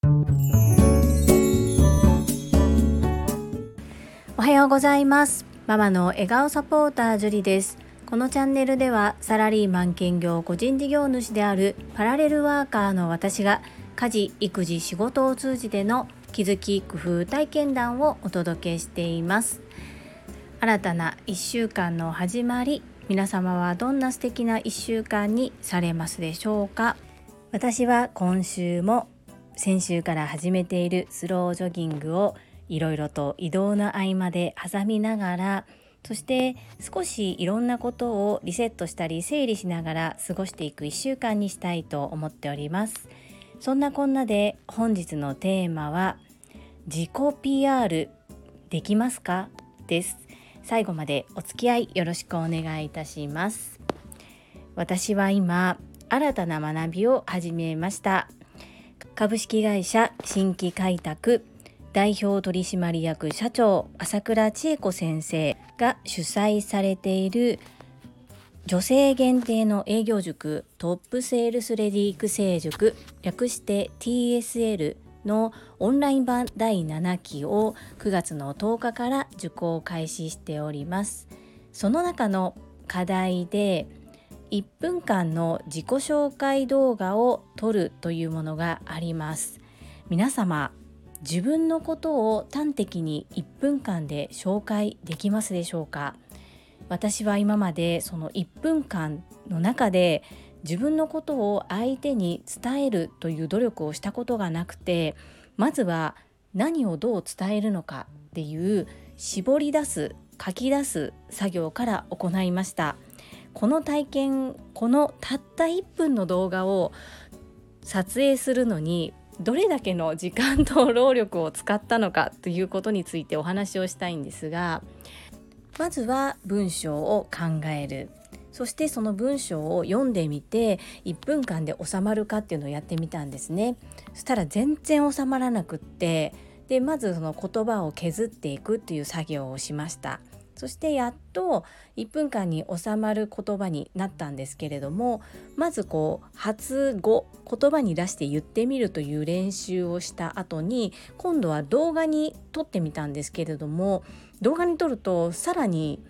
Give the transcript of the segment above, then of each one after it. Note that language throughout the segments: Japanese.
おはようございます。ママの笑顔サポータージュリです。このチャンネルではサラリーマン兼業個人事業主であるパラレルワーカーの私が家事・育児・仕事を通じての気づき・工夫・体験談をお届けしています。新たな1週間の始まり、皆様はどんな素敵な1週間にされますでしょうか。私は今週も先週から始めているスロージョギングをいろいろと移動の合間で挟みながら、そして少しいろんなことをリセットしたり整理しながら過ごしていく1週間にしたいと思っております。そんなこんなで本日のテーマは自己 PR できますかです。最後までお付き合いよろしくお願いいたします。私は今新たな学びを始めました。株式会社新規開拓代表取締役社長朝倉千恵子先生が主催されている女性限定の営業塾トップセールスレディ育成塾、略して TSL のオンライン版第7期を9月の10日から受講を開始しております。その中の課題で1分間の自己紹介動画を撮るというものがあります。皆様、自分のことを端的に1分間で紹介できますでしょうか。私は今までその1分間の中で自分のことを相手に伝えるという努力をしたことがなくて、まずは何をどう伝えるのかっていう絞り出す、書き出す作業から行いました。この体験、このたった1分の動画を撮影するのにどれだけの時間と労力を使ったのかということについてお話をしたいんですが、まずは文章を考える。そしてその文章を読んでみて1分間で収まるかっていうのをやってみたんですね。そしたら全然収まらなくって、でまずその言葉を削っていくっていう作業をしました。そしてやっと1分間に収まる言葉になったんですけれども、まず発語、言葉に出して言ってみるという練習をした後に、今度は動画に撮ってみたんですけれども、動画に撮るとさらに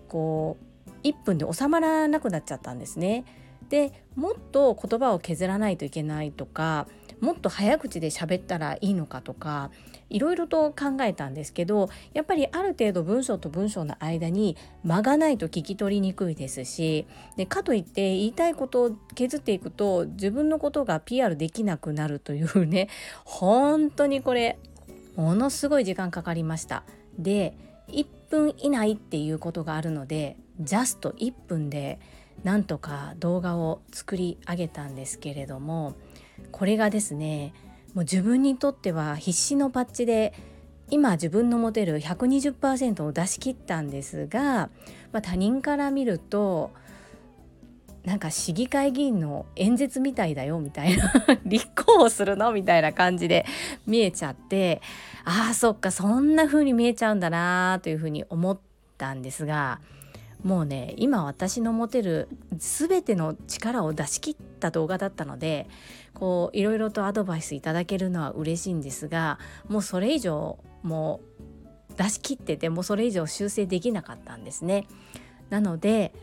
1分で収まらなくなっちゃったんですね。でもっと言葉を削らないといけないとか、もっと早口で喋ったらいいのかとか、いろいろと考えたんですけど、やっぱりある程度文章と文章の間に間がないと聞き取りにくいですし、でかといって言いたいことを削っていくと自分のことが PR できなくなるというね、本当にこれものすごい時間かかりました。で1分以内っていうことがあるので、ジャスト1分でなんとか動画を作り上げたんですけれども、これがですね、もう自分にとっては必死のパッチで、今自分の持てる 120% を出し切ったんですが、他人から見るとなんか市議会議員の演説みたいだよみたいな立候補するのみたいな感じで見えちゃって、そっか、そんな風に見えちゃうんだなという風に思ったんですが、もうね、今私の持てる全ての力を出し切った動画だったので、いろいろとアドバイスいただけるのは嬉しいんですが、もうそれ以上もう出し切ってて、もうそれ以上修正できなかったんですね。なので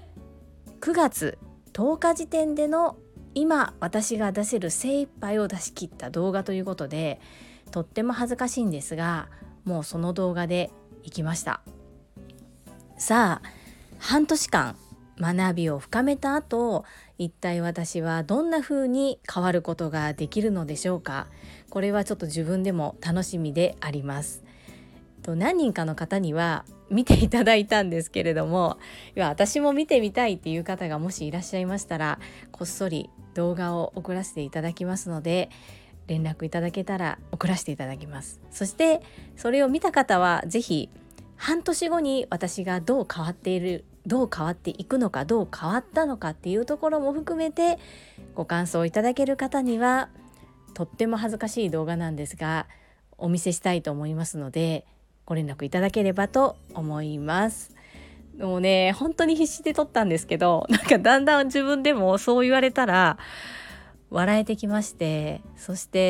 9月10日時点での今私が出せる精一杯を出し切った動画ということで、とっても恥ずかしいんですが、もうその動画で行きました。さあ、半年間学びを深めた後、一体私はどんな風に変わることができるのでしょうか。これはちょっと自分でも楽しみであります。何人かの方には見ていただいたんですけれども、私も見てみたいっていう方がもしいらっしゃいましたら、こっそり動画を送らせていただきますので、連絡いただけたら送らせていただきます。そしてそれを見た方はぜひ半年後に私がどう変わっていくのか、どう変わったのかっていうところも含めてご感想いただける方には、とっても恥ずかしい動画なんですがお見せしたいと思いますので、ご連絡いただければと思います。もうね、本当に必死で撮ったんですけど、なんかだんだん自分でもそう言われたら笑えてきまして、そして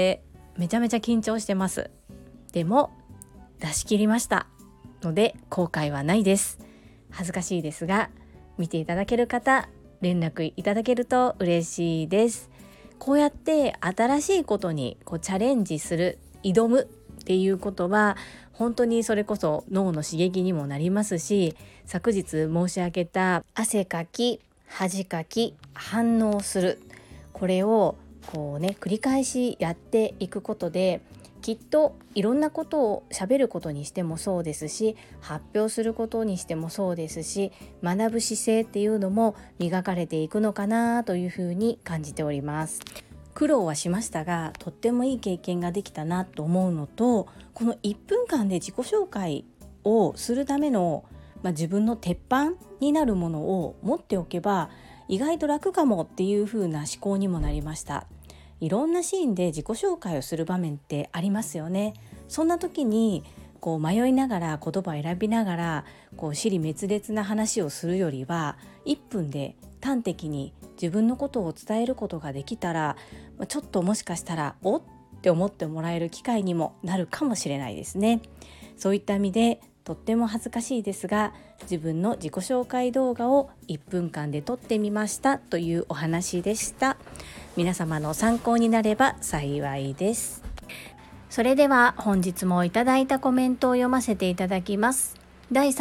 めちゃめちゃ緊張してます。でも出し切りましたので後悔はないです。恥ずかしいですが見ていただける方連絡いただけると嬉しいです。こうやって新しいことにチャレンジする、挑むっていうことは本当にそれこそ脳の刺激にもなりますし、昨日申し上げた汗かき、恥かき、反応する、これを繰り返しやっていくことで、きっといろんなことを喋ることにしてもそうですし、発表することにしてもそうですし、学ぶ姿勢っていうのも磨かれていくのかなというふうに感じております。苦労はしましたが、とってもいい経験ができたなと思うのと、この1分間で自己紹介をするための、自分の鉄板になるものを持っておけば意外と楽かもっていう風な思考にもなりました。いろんなシーンで自己紹介をする場面ってありますよね。そんな時に迷いながら言葉を選びながら支離滅裂な話をするよりは、1分で端的に自分のことを伝えることができたら、ちょっともしかしたらおって思ってもらえる機会にもなるかもしれないですね。そういった意味でとっても恥ずかしいですが、自分の自己紹介動画を1分間で撮ってみましたというお話でした。皆様の参考になれば幸いです。それでは本日もいただいたコメントを読ませていただきます。第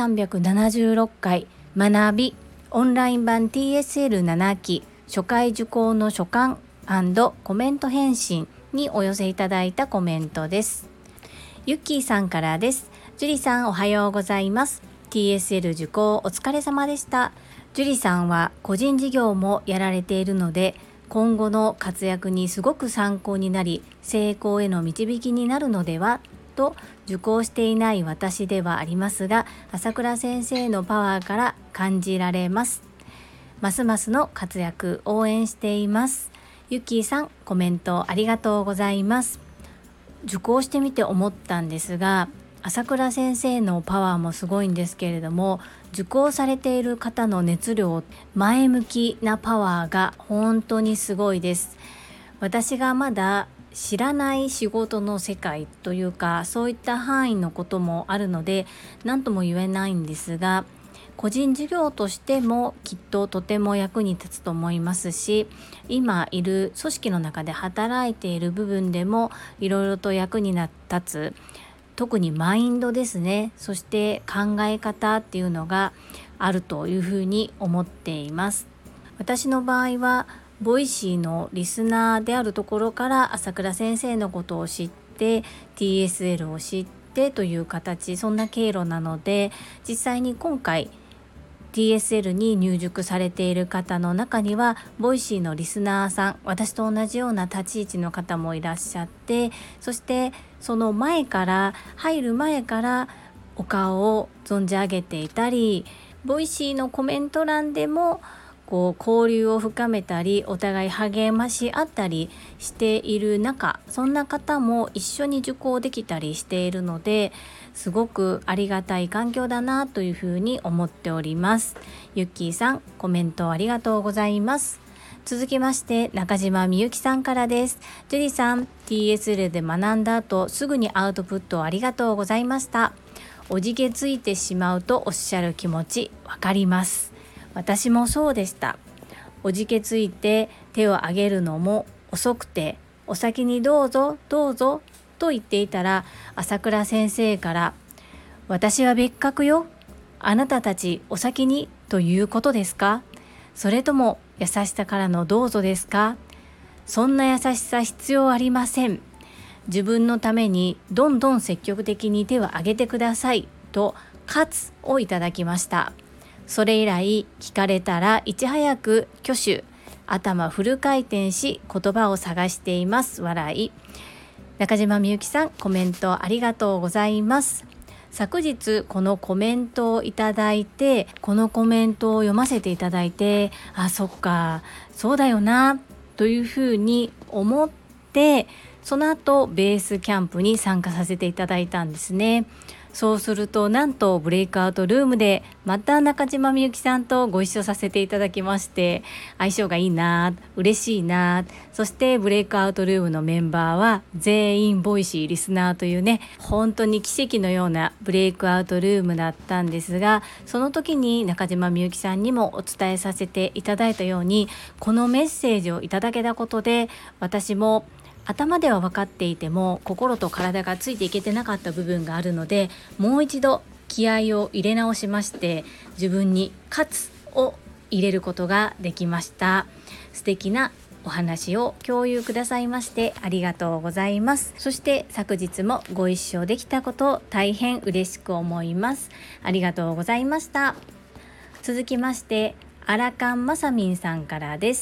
376回学びオンライン版 TSL7 期初回受講の所感&コメント返信にお寄せいただいたコメントです。ゆっきーさんからです。ジュリさんおはようございます。 TSL 受講お疲れ様でした。ジュリさんは個人事業もやられているので、今後の活躍にすごく参考になり、成功への導きになるのではと受講していない私ではありますが、朝倉先生のパワーから感じられます。ますますの活躍応援しています。ゆきーさんコメントありがとうございます。受講してみて思ったんですが、朝倉先生のパワーもすごいんですけれども、受講されている方の熱量、前向きなパワーが本当にすごいです。私がまだ知らない仕事の世界というか、そういった範囲のこともあるので何とも言えないんですが、個人事業としてもきっととても役に立つと思いますし、今いる組織の中で働いている部分でもいろいろと役に立つ、特にマインドですね、そして考え方っていうのがあるというふうに思っています。私の場合はボイシーのリスナーであるところから朝倉先生のことを知って TSL を知ってという形、そんな経路なので、実際に今回TSL に入塾されている方の中にはボイシーのリスナーさん、私と同じような立ち位置の方もいらっしゃって、そしてその前から入る前からお顔を存じ上げていたり、ボイシーのコメント欄でも交流を深めたり、お互い励まし合ったりしている中、そんな方も一緒に受講できたりしているので、すごくありがたい環境だなというふうに思っております。ゆっきーさんコメントありがとうございます。続きまして中島みゆきさんからです。ジュリさん TSL で学んだ後すぐにアウトプットありがとうございました。おじけついてしまうとおっしゃる気持ちわかります。私もそうでした。おじけついて手を挙げるのも遅くて、お先にどうぞどうぞと言っていたら、朝倉先生から私は別格よ、あなたたちお先にということですか、それとも優しさからのどうぞですか、そんな優しさ必要ありません、自分のためにどんどん積極的に手を挙げてくださいと喝をいただきました。それ以来聞かれたらいち早く挙手、頭フル回転し言葉を探しています。笑い。中島みゆきさんコメントありがとうございます。昨日このコメントをいただいて、このコメントを読ませていただいて、そっかそうだよなというふうに思って、その後ベースキャンプに参加させていただいたんですね。 そうするとなんとブレイクアウトルームでまた中島みゆきさんとご一緒させていただきまして、相性がいいな、嬉しいな。そしてブレイクアウトルームのメンバーは全員ボイシーリスナーというね、本当に奇跡のようなブレイクアウトルームだったんですが、その時に中島みゆきさんにもお伝えさせていただいたように、このメッセージをいただけたことで、私も頭では分かっていても心と体がついていけてなかった部分があるので、もう一度気合を入れ直しまして、自分に勝つを入れることができました。素敵なお話を共有くださいましてありがとうございます。そして昨日もご一緒できたことを大変嬉しく思います。ありがとうございました。続きましてアラカンマサミンさんからです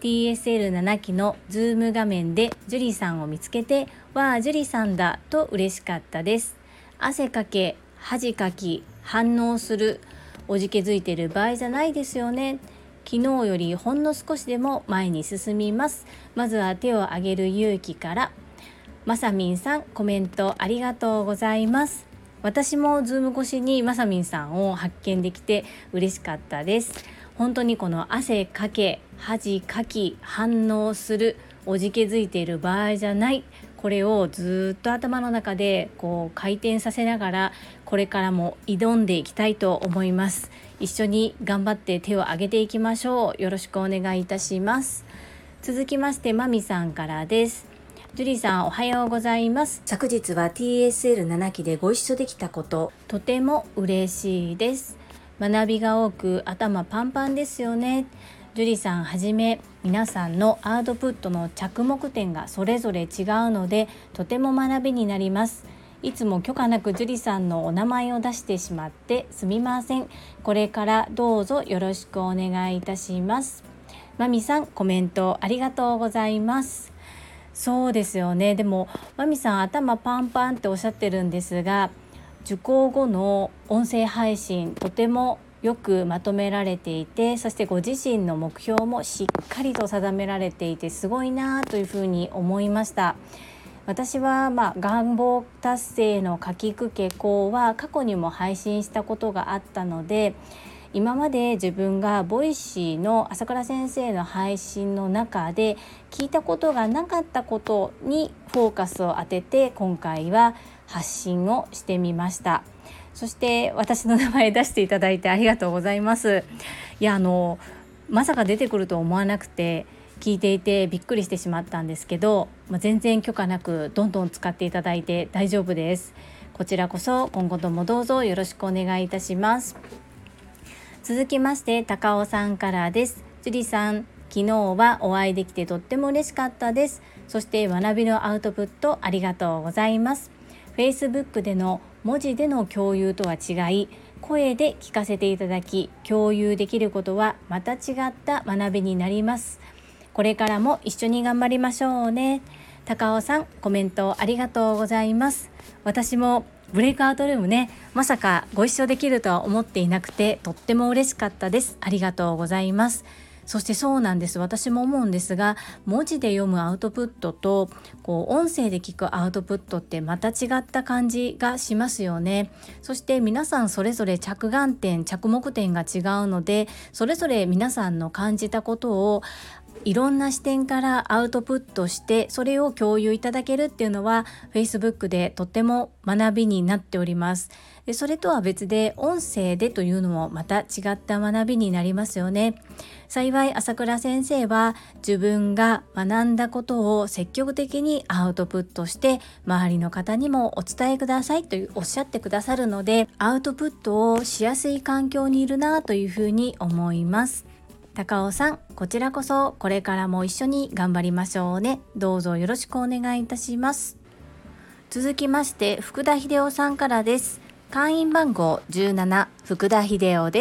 。TSL7 期のズーム画面でジュリさんを見つけて、わあジュリさんだと嬉しかったです。汗かけ、恥かき、反応する、おじけづいてる場合じゃないですよね。昨日よりほんの少しでも前に進みます。まずは手を挙げる勇気から。まさみんさん、コメントありがとうございます。私もズーム越しにまさみんさんを発見できて嬉しかったです。本当にこの汗かけ、恥かき、反応する、おじけづいている場合じゃない、これをずっと頭の中で回転させながら、これからも挑んでいきたいと思います。一緒に頑張って手を挙げていきましょう。よろしくお願いいたします。続きましてまみさんからです。ジュリさん、おはようございます。昨日は TSL7 期でご一緒できたこと、とても嬉しいです。学びが多く頭パンパンですよね。ジュリさんはじめ皆さんのアウトプットの着目点がそれぞれ違うので、とても学びになります。いつも許可なくジュリさんのお名前を出してしまってすみません。これからどうぞよろしくお願いいたします。まみさん、コメントありがとうございます。そうですよね。でもまみさん頭パンパンっておっしゃってるんですが、受講後の音声配信とてもよくまとめられていて、そしてご自身の目標もしっかりと定められていてすごいなというふうに思いました。私は願望達成のかきくけこは過去にも配信したことがあったので、今まで自分がボイシーの朝倉先生の配信の中で聞いたことがなかったことにフォーカスを当てて、今回は発信をしてみました。そして私の名前出していただいてありがとうございます。いやまさか出てくると思わなくて、聞いていてびっくりしてしまったんですけど、全然許可なくどんどん使っていただいて大丈夫です。こちらこそ今後ともどうぞよろしくお願いいたします。続きまして高尾さんからです。ジュリさん、昨日はお会いできてとっても嬉しかったです。そして学びのアウトプットありがとうございます。 Facebook での文字での共有とは違い、声で聞かせていただき共有できることはまた違った学びになります。これからも一緒に頑張りましょうね。高尾さん、コメントありがとうございます。私もブレイクアウトルームね、まさかご一緒できるとは思っていなくてとっても嬉しかったです。ありがとうございます。そしてそうなんです。私も思うんですが、文字で読むアウトプットと音声で聞くアウトプットってまた違った感じがしますよね。そして皆さんそれぞれ着眼点、着目点が違うので、それぞれ皆さんの感じたことをいろんな視点からアウトプットして、それを共有いただけるっていうのは Facebook でとっても学びになっております。でそれとは別で音声でというのもまた違った学びになりますよね。幸い朝倉先生は自分が学んだことを積極的にアウトプットして周りの方にもお伝えくださいとおっしゃってくださるので、アウトプットをしやすい環境にいるなというふうに思います。高尾さん、こちらこそこれからも一緒に頑張りましょうね。どうぞよろしくお願いいたします。続きまして福田秀夫さんからです。会員番号17、福田秀夫です。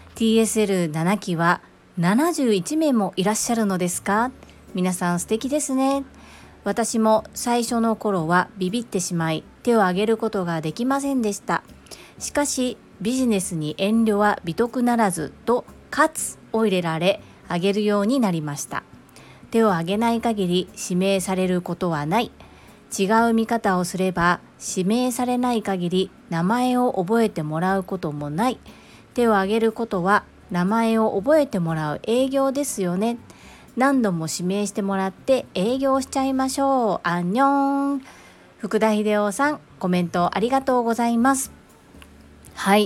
TSL7 期は71名もいらっしゃるのですか？皆さん素敵ですね。私も最初の頃はビビってしまい手を挙げることができませんでした。しかしビジネスに遠慮は美徳ならずとかつを入れられ挙げるようになりました。手を挙げない限り指名されることはない。 違う見方をすれば指名されない限り名前を覚えてもらうこともない。手を挙げることは名前を覚えてもらう営業ですよね。何度も指名してもらって営業しちゃいましょう。アンニョン。福田秀夫さん、コメントありがとうございます。はい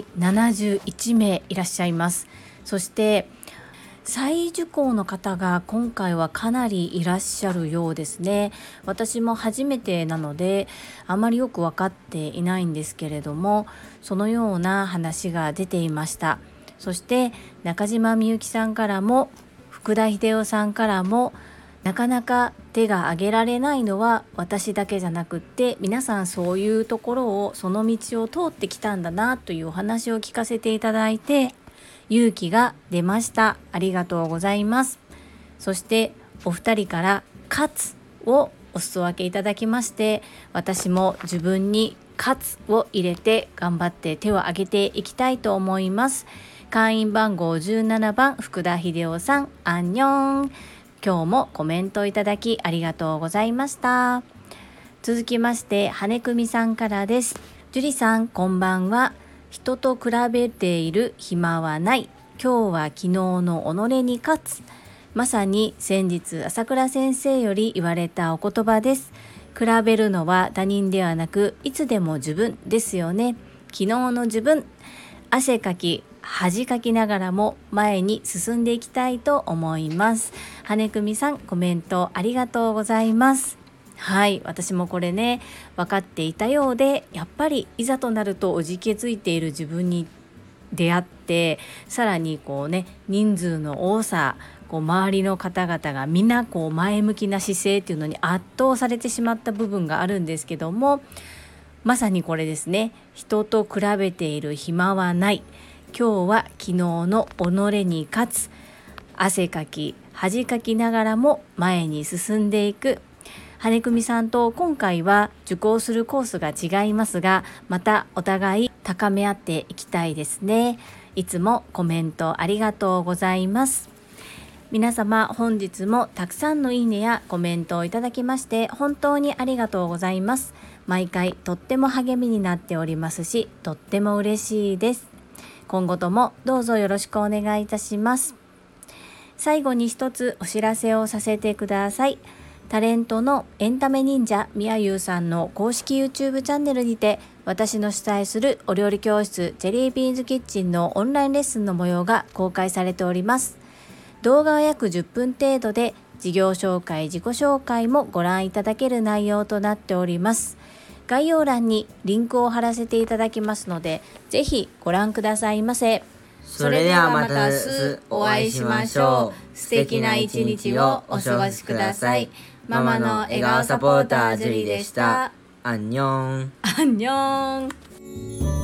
、71名いらっしゃいます。そして再受講の方が今回はかなりいらっしゃるようですね。私も初めてなのであまりよく分かっていないんですけれども、そのような話が出ていました。そして中島みゆきさんからも福田秀夫さんからも、なかなか手が挙げられないのは私だけじゃなくって皆さんそういうところを、その道を通ってきたんだなというお話を聞かせていただいて勇気が出ました。ありがとうございます。そしてお二人から勝つをお裾分けいただきまして、私も自分に勝つを入れて頑張って手を挙げていきたいと思います。会員番号17番福田秀夫さん、アンニョン。今日もコメントいただきありがとうございました。続きまして羽組さんからです。樹里さん、こんばんは。人と比べている暇はない。今日は昨日の己に勝つ。まさに先日朝倉先生より言われたお言葉です。比べるのは他人ではなくいつでも自分ですよね。昨日の自分、汗かき恥かきながらも前に進んでいきたいと思います。羽組さん、コメントありがとうございます。はい、私もこれね分かっていたようで、やっぱりいざとなるとおじけづいている自分に出会って、さらに人数の多さ、周りの方々がみんな前向きな姿勢っていうのに圧倒されてしまった部分があるんですけども、まさにこれですね。人と比べている暇はない。今日は昨日の己に勝つ。汗かき恥かきながらも前に進んでいく。羽組さんと今回は受講するコースが違いますが、またお互い高め合っていきたいですね。いつもコメントありがとうございます。皆様、本日もたくさんのいいねやコメントをいただきまして本当にありがとうございます。毎回とっても励みになっておりますし、とっても嬉しいです。今後ともどうぞよろしくお願いいたします。最後に一つお知らせをさせてください。タレントのエンタメ忍者みやゆうさんの公式 YouTube チャンネルにて、私の主催するお料理教室ジェリービーンズキッチンのオンラインレッスンの模様が公開されております。動画は約10分程度で、事業紹介、自己紹介もご覧いただける内容となっております。概要欄にリンクを貼らせていただきますので、ぜひご覧くださいませ。 それではまた明日お会いしましょう。素敵な一日をお過ごしください。ママの笑顔サポータージュリでした。アンニョン。 アンニョン。